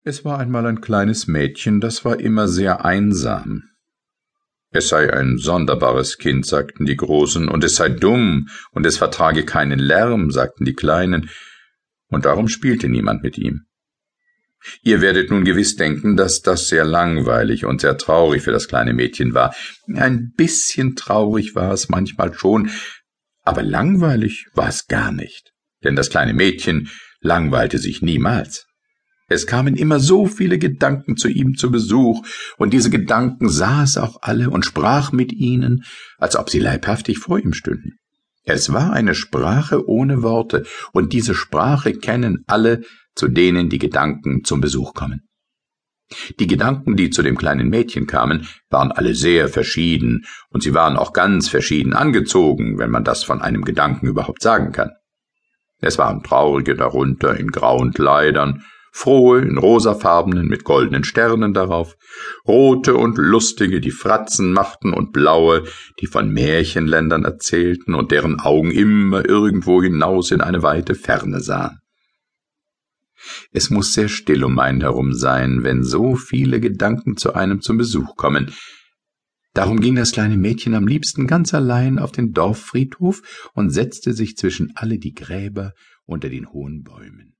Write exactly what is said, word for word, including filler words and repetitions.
Es war einmal ein kleines Mädchen, das war immer sehr einsam. Es sei ein sonderbares Kind, sagten die Großen, und es sei dumm, und es vertrage keinen Lärm, sagten die Kleinen, und darum spielte niemand mit ihm. Ihr werdet nun gewiss denken, dass das sehr langweilig und sehr traurig für das kleine Mädchen war. Ein bisschen traurig war es manchmal schon, aber langweilig war es gar nicht, denn das kleine Mädchen langweilte sich niemals. Es kamen immer so viele Gedanken zu ihm zu Besuch, und diese Gedanken sah es auch alle und sprach mit ihnen, als ob sie leibhaftig vor ihm stünden. Es war eine Sprache ohne Worte, und diese Sprache kennen alle, zu denen die Gedanken zum Besuch kommen. Die Gedanken, die zu dem kleinen Mädchen kamen, waren alle sehr verschieden, und sie waren auch ganz verschieden angezogen, wenn man das von einem Gedanken überhaupt sagen kann. Es waren Traurige darunter in grauen Kleidern, frohe in rosafarbenen mit goldenen Sternen darauf, rote und lustige, die Fratzen machten, und blaue, die von Märchenländern erzählten und deren Augen immer irgendwo hinaus in eine weite Ferne sahen. Es muß sehr still um einen herum sein, wenn so viele Gedanken zu einem zum Besuch kommen. Darum ging das kleine Mädchen am liebsten ganz allein auf den Dorffriedhof und setzte sich zwischen alle die Gräber unter den hohen Bäumen.